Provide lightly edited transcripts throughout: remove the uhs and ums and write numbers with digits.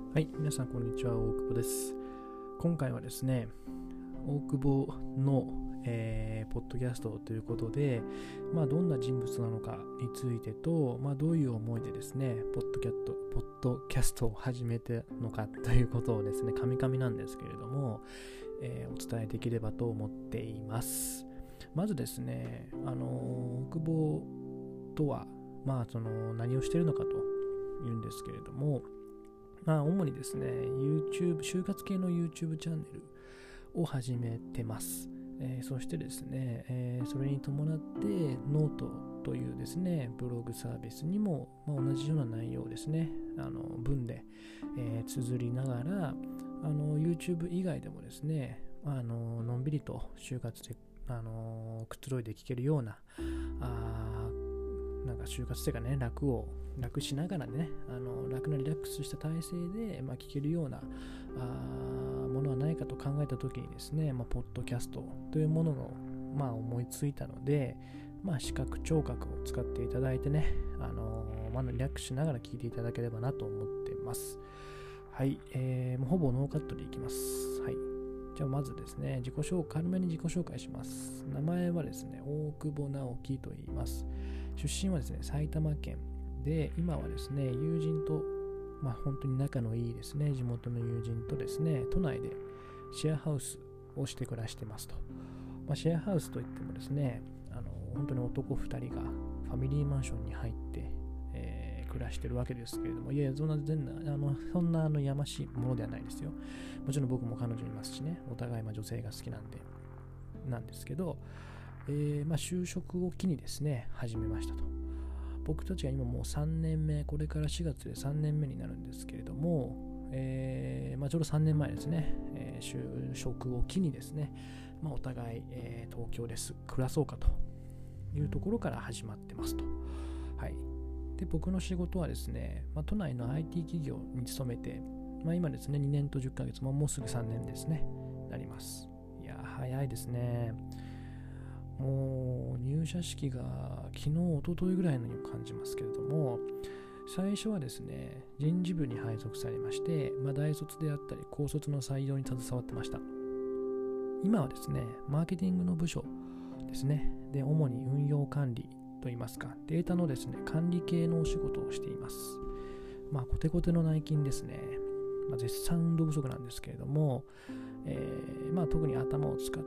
はい、皆さんこんにちは、大久保です。今回はですね、大久保の、ポッドキャストということで、どんな人物なのかについてと、どういう思いでですね、ポッドキャストを始めたのかということをですね、カミカミなんですけれども、お伝えできればと思っています。まずですね、大久保とは、何をしているのかというんですけれども、主にですね、就活系の YouTube チャンネルを始めてます。そしてですね、それに伴ってノートというですね、ブログサービスにも、同じような内容をですね、文で、綴りながら、YouTube 以外でもですね、のんびりと就活で、くつろいで聞けるような、就活というかね、楽しながらね、楽なリラックスした体勢で、聞けるようなものはないかと考えたときにですね、ポッドキャストというものの、思いついたので、視覚聴覚を使っていただいてね、リラックスしながら聞いていただければなと思ってます。はい、もうほぼノーカットでいきます。はい。じゃあまずですね、軽めに自己紹介します。名前はですね、大久保直樹と言います。出身はですね、埼玉県で、今はですね、友人と、本当に仲のいいですね、地元の友人とですね、都内でシェアハウスをして暮らしてますと。シェアハウスといってもですね、本当に男2人がファミリーマンションに入って、暮らしてるわけですけれども、いや、そんなやましいものではないですよ。もちろん僕も彼女いますしね、お互い女性が好きなんですけど、就職を機にですね、始めましたと。僕たちが今もう3年目、これから4月で3年目になるんですけれども、ちょうど3年前ですね、就職を機にですね、お互い、東京で暮らそうかというところから始まってますと。はい。で、僕の仕事はですね、都内の IT 企業に勤めて、今ですね、2年と10ヶ月、もうすぐ3年ですね、なります。いや、早いですね。もう入社式が昨日、一昨日ぐらいのに感じますけれども、最初はですね、人事部に配属されまして、大卒であったり、高卒の採用に携わってました。今はですね、マーケティングの部署ですね。で、主に運用管理といいますか、データのですね、管理系のお仕事をしています。コテコテの内勤ですね。絶賛運動不足なんですけれども、特に頭を使って、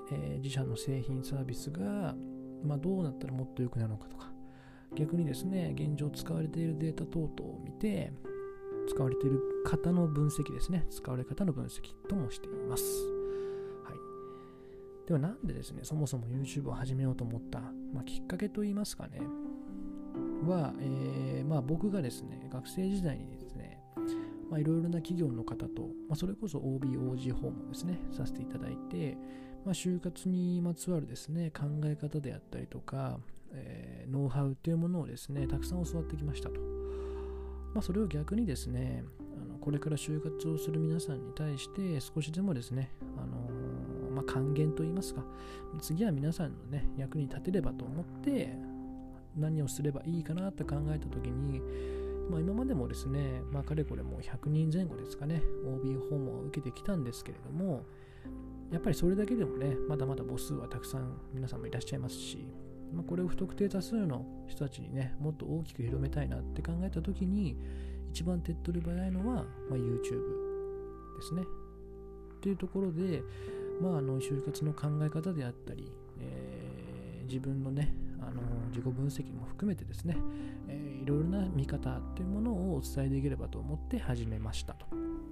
自社の製品サービスが、どうなったらもっと良くなるのかとか、逆にですね、現状使われているデータ等々を見て、使われている方の分析ですね、使われ方の分析ともしています。はい。ではなんでですね、そもそも YouTube を始めようと思った、きっかけといいますかね、は、僕がですね、学生時代にですね、いろいろな企業の方と、それこそ OB、OG 訪問ですね、させていただいて、就活にまつわるですね、考え方であったりとか、ノウハウというものをですね、たくさん教わってきましたと。それを逆にですね、これから就活をする皆さんに対して少しでもですね、還元といいますか、次は皆さんのね、役に立てればと思って、何をすればいいかなと考えたときに、今までもですね、かれこれもう100人前後ですかね、OB 訪問を受けてきたんですけれども、やっぱりそれだけでもね、まだまだ母数はたくさん皆さんもいらっしゃいますし、これを不特定多数の人たちにね、もっと大きく広めたいなって考えたときに、一番手っ取り早いのは、YouTube ですね。というところで、就活の考え方であったり、自分のね、自己分析も含めてですね、いろいろな見方というものをお伝えできればと思って始めましたと。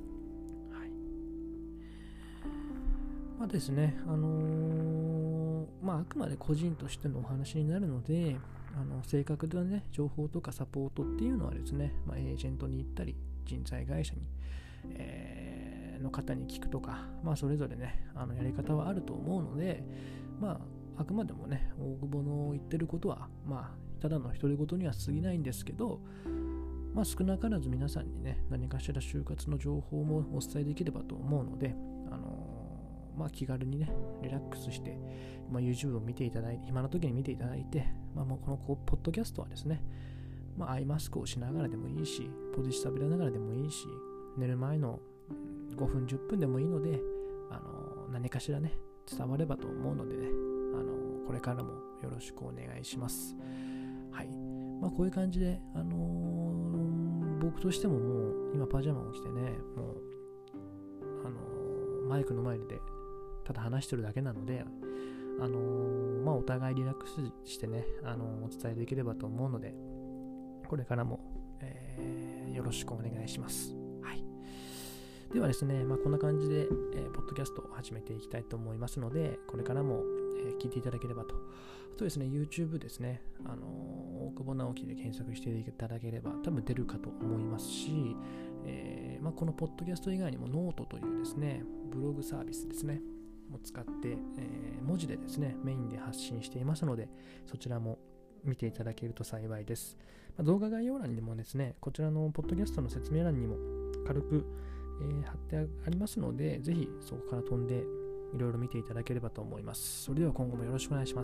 はい。ですね、あくまで個人としてのお話になるので、正確なね、情報とかサポートっていうのはですね、エージェントに行ったり、人材会社に、の方に聞くとか、それぞれね、やり方はあると思うので、あくまでもね、大久保の言ってることは、ただの独り言には過ぎないんですけど、少なからず皆さんにね、何かしら就活の情報もお伝えできればと思うので、気軽にね、リラックスして、YouTube を見ていただいて、暇な時に見ていただいて、このポッドキャストはですね、アイマスクをしながらでもいいし、ポジ喋りながらでもいいし、 寝る前の5分10分でもいいので何かしらね伝わればと思うのでね、これからもよろしくお願いします。はい。こういう感じで、僕としてももう今パジャマを着てね、もうマイクの前でただ話してるだけなので、お互いリラックスしてね、お伝えできればと思うので、これからも、よろしくお願いします。はい。ではですね、こんな感じで、ポッドキャストを始めていきたいと思いますので、これからも、聞いていただければと。あとですね、YouTube ですね、大久保直樹で検索していただければ多分出るかと思いますし、このポッドキャスト以外にもノートというですね、ブログサービスですね、を使って、文字でですね、メインで発信していますので、そちらも見ていただけると幸いです。動画概要欄にもですね、こちらのポッドキャストの説明欄にも軽く貼ってありますので、ぜひそこから飛んでいろいろ見ていただければと思います。それでは今後もよろしくお願いします。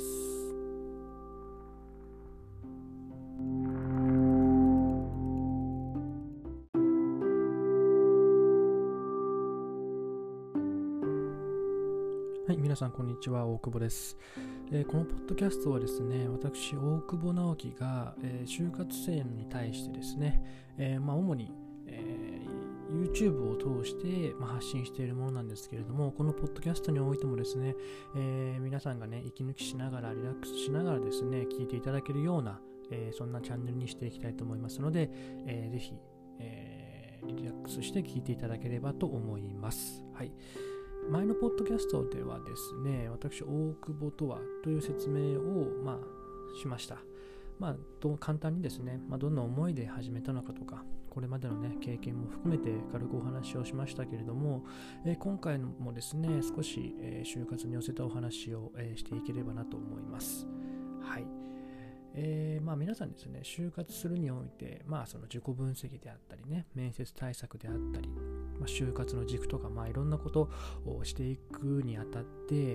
はい、皆さんこんにちは、大久保です。このポッドキャストはですね、私、大久保直樹が、就活生に対してですね、主に、YouTube を通して、発信しているものなんですけれども、このポッドキャストにおいてもですね、皆さんがね、息抜きしながら、リラックスしながらですね、聞いていただけるような、そんなチャンネルにしていきたいと思いますので、ぜひ、リラックスして聞いていただければと思います。はい。前のポッドキャストではですね、私、大久保とはという説明を、しました。簡単にですね、どんな思いで始めたのかとか、これまでのね、経験も含めて軽くお話をしましたけれども、今回もですね、少し、就活に寄せたお話を、していければなと思います。はい。皆さんですね、就活するにおいて、その自己分析であったりね、面接対策であったり、就活の軸とか、いろんなことをしていくにあたって、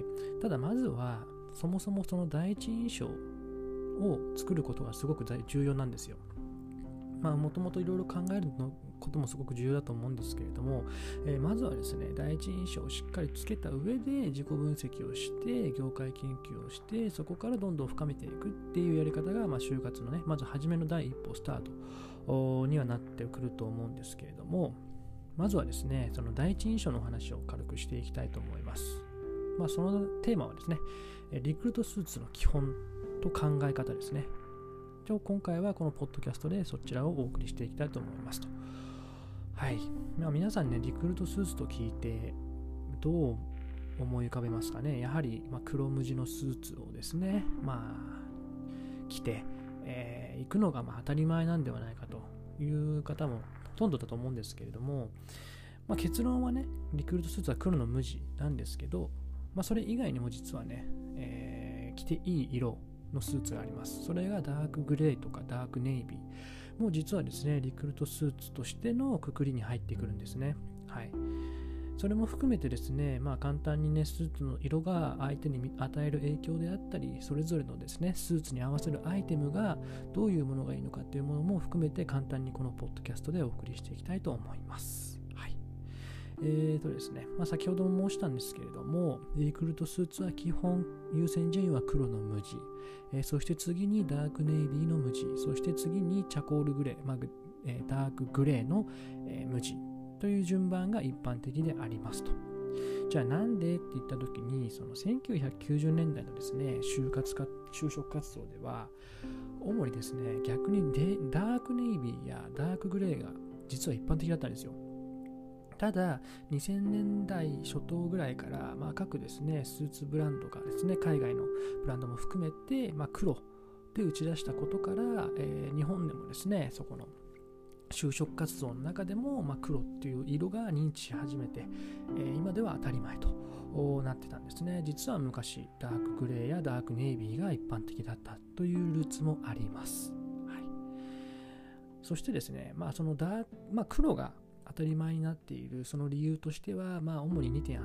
ただまずは、そもそもその第一印象を作ることがすごく重要なんですよ。もともといろいろ考えることもすごく重要だと思うんですけれども、まずはですね、第一印象をしっかりつけた上で自己分析をして、業界研究をして、そこからどんどん深めていくっていうやり方が、就活のね、まず初めの第一歩スタートにはなってくると思うんですけれども、まずはですね、その第一印象の話を軽くしていきたいと思います。そのテーマはですね、リクルートスーツの基本と考え方ですね。今回はこのポッドキャストでそちらをお送りしていきたいと思いますと。はい。皆さんね、リクルートスーツと聞いてどう思い浮かべますかね。やはり、黒無地のスーツをですね、着て、行くのが当たり前なんではないかという方もほとんどだと思うんですけれども、結論はね、リクルートスーツは黒の無地なんですけど、それ以外にも実はね、着ていい色のスーツがあります。それがダークグレーとかダークネイビーも実はですね、リクルートスーツとしてのくくりに入ってくるんですね。はい。それも含めてですね、簡単にね、スーツの色が相手に与える影響であったり、それぞれのですね、スーツに合わせるアイテムがどういうものがいいのかというものも含めて簡単にこのポッドキャストでお送りしていきたいと思います。はい。ですね、先ほども申したんですけれども、リクルートスーツは基本優先順位は黒の無地、そして次にダークネイビーの無地、そして次にチャコールグレー、ダークグレーの、無地という順番が一般的でありますと。じゃあなんでって言った時に、その1990年代のですね、就職活動では主にですね、逆にダークネイビーやダークグレーが実は一般的だったんですよ。ただ2000年代初頭ぐらいから、各ですねスーツブランドがですね、海外のブランドも含めて、黒で打ち出したことから、日本でもですね、そこの就職活動の中でも、黒っていう色が認知し始めて、今では当たり前となってたんですね。実は昔ダークグレーやダークネイビーが一般的だったというルーツもあります。はい、そしてですね、その黒が当たり前になっているその理由としては、主に2点あって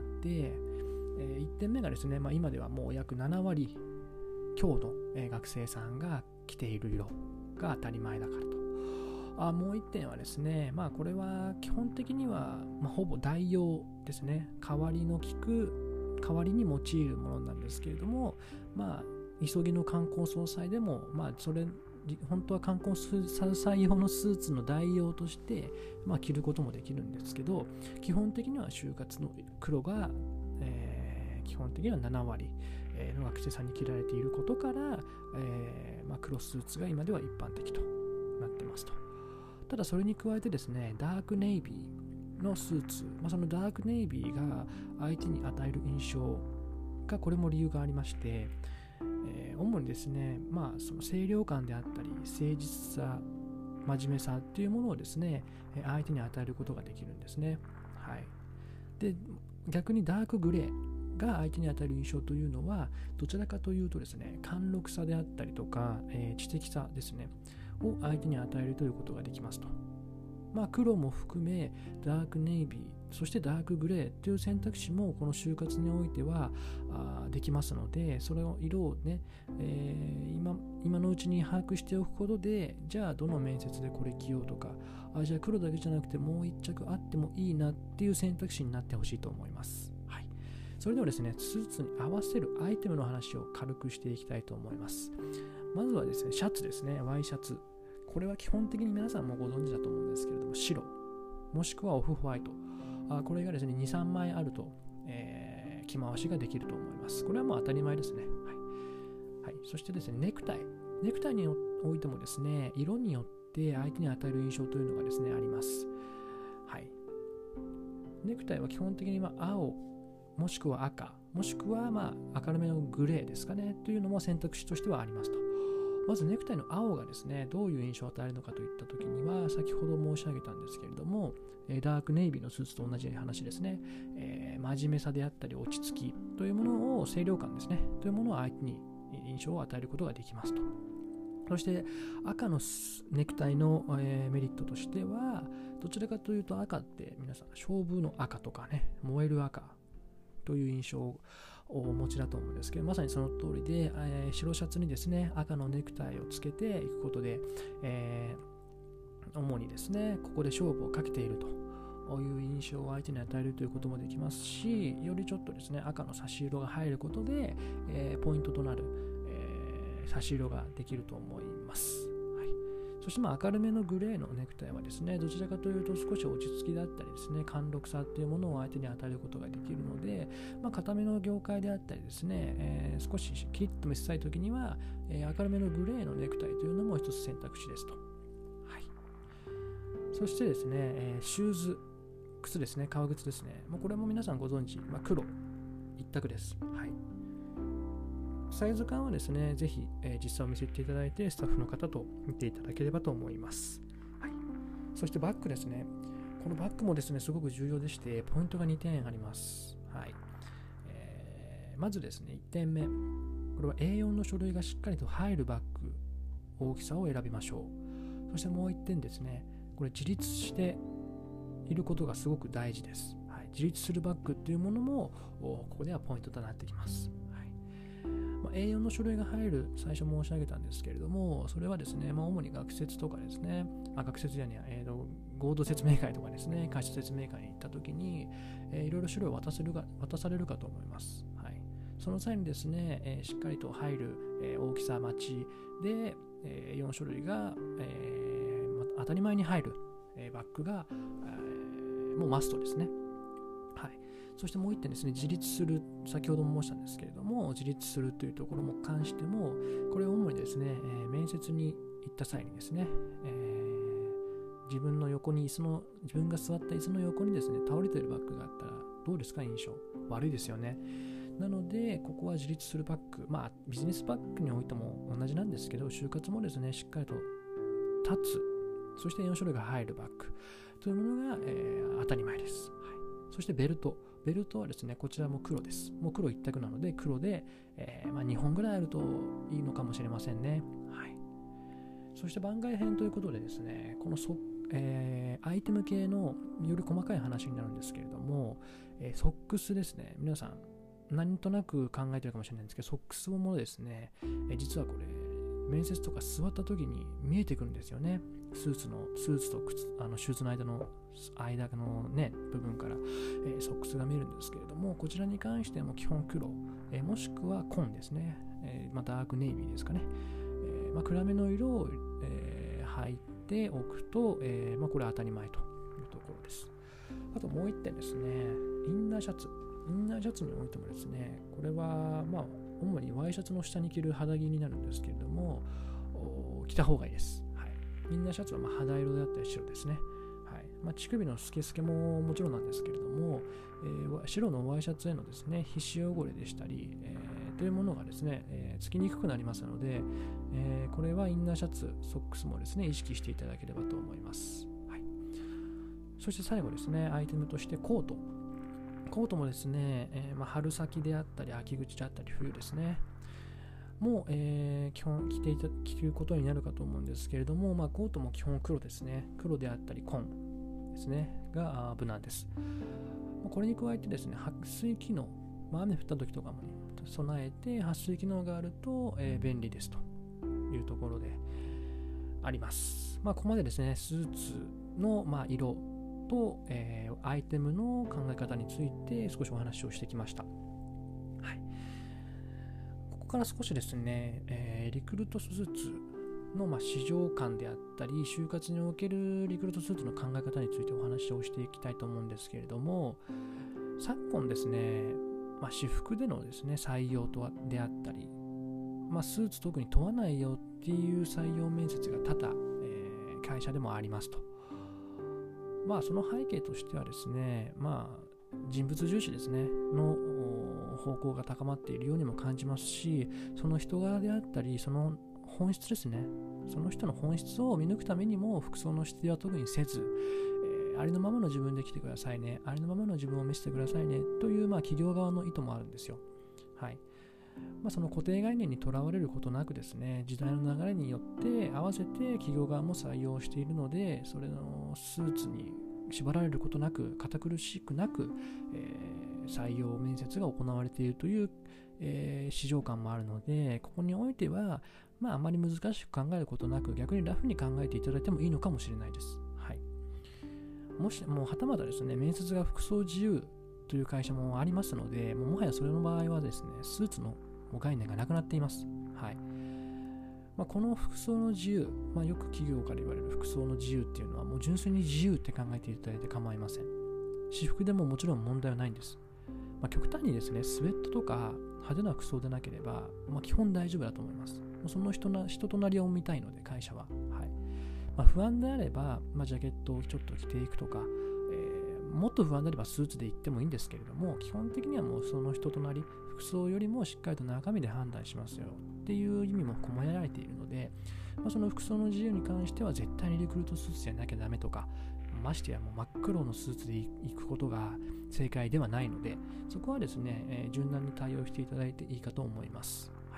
、1点目がですね、今ではもう約7割強の学生さんが着ている色が当たり前だからと。 もう一点はですね、これは基本的には、ほぼ代用ですね。代わりに用いるものなんですけれども、急ぎの冠婚葬祭でも、本当は冠婚葬祭用のスーツの代用として、着ることもできるんですけど、基本的には就活の黒が、基本的には7割の学生さんに着られていることから、黒スーツが今では一般的となってますと。ただそれに加えてですね、ダークネイビーのスーツ、そのダークネイビーが相手に与える印象が、これも理由がありまして、主にですね、その清涼感であったり誠実さ、真面目さっていうものをですね、相手に与えることができるんですね。はい。で、逆にダークグレーが相手に与える印象というのは、どちらかというとですね、貫禄さであったりとか、知的さですね、を相手に与えるということができますと。黒も含めダークネイビー、そしてダークグレーという選択肢もこの就活においてはできますので、それを色をね、今のうちに把握しておくことで、じゃあどの面接でこれ着ようとか、じゃあ黒だけじゃなくてもう一着あってもいいなっていう選択肢になってほしいと思います。はい。それではですね、スーツに合わせるアイテムの話を軽くしていきたいと思います。まずはですね、シャツですね、ワイシャツ。これは基本的に皆さんもご存知だと思うんですけれども、白、もしくはオフホワイト。これがですね、2、3枚あると、着回しができると思います。これはもう当たり前ですね。はい。そしてですね、ネクタイ。ネクタイにおいてもですね、色によって相手に与える印象というのがですね、あります。はい。ネクタイは基本的に青、もしくは赤、もしくは明るめのグレーですかね、というのも選択肢としてはありますと。まずネクタイの青がですね、どういう印象を与えるのかといったときには、先ほど申し上げたんですけれども、ダークネイビーのスーツと同じ話ですね、真面目さであったり落ち着きというものを、清涼感ですね、というものを相手に印象を与えることができますと。そして赤のネクタイの、メリットとしては、どちらかというと赤って皆さん勝負の赤とかね、燃える赤という印象をお持ちだと思うんですけど、まさにその通りで、白シャツにですね、赤のネクタイをつけていくことで、主にですね、ここで勝負をかけているという印象を相手に与えるということもできますし、よりちょっとですね、赤の差し色が入ることで、ポイントとなる、差し色ができると思います。そして明るめのグレーのネクタイはですね、どちらかというと少し落ち着きだったりですね、貫禄さっていうものを相手に与えることができるので、固めの業界であったりですね、少しキリッと見せたいときには、明るめのグレーのネクタイというのも一つ選択肢ですと。はい。そしてですね、シューズ、靴ですね、革靴ですね。これも皆さんご存知、黒一択です。はい。サイズ感はですね、ぜひ、実際を見せていただいて、スタッフの方と見ていただければと思います。はい。そしてバッグですね。このバッグもですね、すごく重要でして、ポイントが2点あります。はい。まずですね、1点目。これは A4 の書類がしっかりと入るバッグ、大きさを選びましょう。そしてもう1点ですね、これ自立していることがすごく大事です。はい。自立するバッグっていうものも、ここではポイントとなってきます。A4 の書類が入る、最初申し上げたんですけれども、それはですね、主に学説とかですね、学説じゃねえ、合同説明会とかですね、会社説明会に行った時に、いろいろ資料を渡されるかと思います。はい。その際にですね、しっかりと入る、大きさ、待ちで、4書類が、当たり前に入る、バッグが、もうマストですね。はい。そしてもう一点ですね、自立する、先ほども申したんですけれども、自立するというところも関しても、これを主にですね、面接に行った際にですね、自分が座った椅子の横にですね、倒れているバッグがあったら、どうですか、印象。悪いですよね。なので、ここは自立するバッグ、ビジネスバッグにおいても同じなんですけど、就活もですね、しっかりと立つ、そして4種類が入るバッグというものが、当たり前です。はい。そしてベルトはですね、こちらも黒です。もう黒一択なので、黒で、2本ぐらいあるといいのかもしれませんね。はい。そして番外編ということでですね、このアイテム系のより細かい話になるんですけれども、ソックスですね。皆さん、何となく考えてるかもしれないんですけど、ソックスもですね、実はこれ、面接とか座った時に見えてくるんですよね。 スーツと靴、シューズの間のね、部分から、ソックスが見えるんですけれども、こちらに関しても基本黒、もしくは紺ですね、ダークネイビーですかね、暗めの色を、履いておくと、これは当たり前というところです。あともう一点ですね、インナーシャツにおいてもですね、これは主にワイシャツの下に着る肌着になるんですけれども、着た方がいいです。はい、インナーシャツは肌色であったり白ですね。はい、乳首のスケスケももちろんなんですけれども、白のワイシャツへのですね、皮脂汚れでしたり、というものがですね、つきにくくなりますので、これはインナーシャツ、ソックスもですね、意識していただければと思います。はい、そして最後ですね、アイテムとしてコートもですね、春先であったり秋口であったり冬ですねもう、基本着ることになるかと思うんですけれども、コートも基本黒ですね。黒であったり紺ですねが無難です。これに加えてですね、撥水機能、雨降った時とかも備えて撥水機能があると、便利ですというところであります。ここまでですね、スーツの、色と、アイテムの考え方について少しお話をしてきました。はい、ここから少しですね、リクルートスーツの、市場感であったり就活におけるリクルートスーツの考え方についてお話をしていきたいと思うんですけれども、昨今ですね、私服でのですね採用であったり、スーツ特に問わないよっていう採用面接が多々、会社でもありますと。その背景としてはですね、人物重視ですねの方向が高まっているようにも感じますし、その人柄であったりその本質ですね、その人の本質を見抜くためにも服装の指定は特にせず、ありのままの自分で来てくださいね、ありのままの自分を見せてくださいねという企業側の意図もあるんですよ。はい、その固定概念にとらわれることなくですね、時代の流れによって合わせて企業側も採用しているので、それのスーツに縛られることなく、堅苦しくなく、採用面接が行われているという、市場感もあるので、ここにおいては、あまり難しく考えることなく、逆にラフに考えていただいてもいいのかもしれないです。はい、もうはたまたですね、面接が服装自由という会社もありますので、もはやそれの場合はですね、スーツの概念がなくなっています。はい、この服装の自由、よく企業から言われる服装の自由っていうのはもう純粋に自由って考えていただいて構いません。私服でももちろん問題はないんです。極端にですね、スウェットとか派手な服装でなければ、基本大丈夫だと思います。その人となりを見たいので、会社は。はい、不安であれば、ジャケットをちょっと着ていくとか、もっと不安であればスーツで行ってもいいんですけれども、基本的にはもうその人となり、服装よりもしっかりと中身で判断しますよっていう意味も込められているので、その服装の自由に関しては絶対にリクルートスーツじゃなきゃダメとか、ましてやもう真っ黒のスーツで行くことが正解ではないので、そこはですね、柔軟に対応していただいていいかと思います。はい、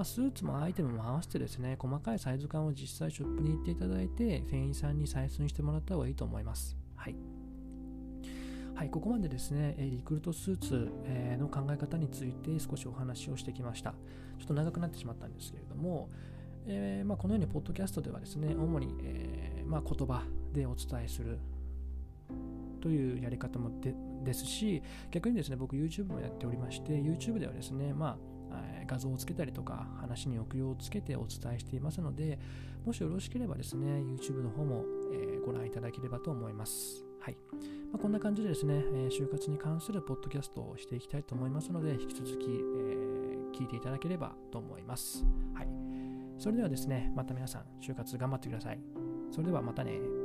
スーツもアイテムも合わせてですね、細かいサイズ感を実際ショップに行っていただいて、店員さんに採寸してもらった方がいいと思います。はい、ここまでですね、リクルートスーツの考え方について少しお話をしてきました。ちょっと長くなってしまったんですけれども、このようにポッドキャストではですね、主に、言葉でお伝えするというやり方もですし、逆にですね、僕 YouTube もやっておりまして、YouTube ではですね、画像をつけたりとか話に抑揚をつけてお伝えしていますので、もしよろしければですね YouTube の方も、ご覧いただければと思います。はい、こんな感じでですね、就活に関するポッドキャストをしていきたいと思いますので、引き続き、聞いていただければと思います。はい、それではですね、また皆さん就活頑張ってください。それではまたね。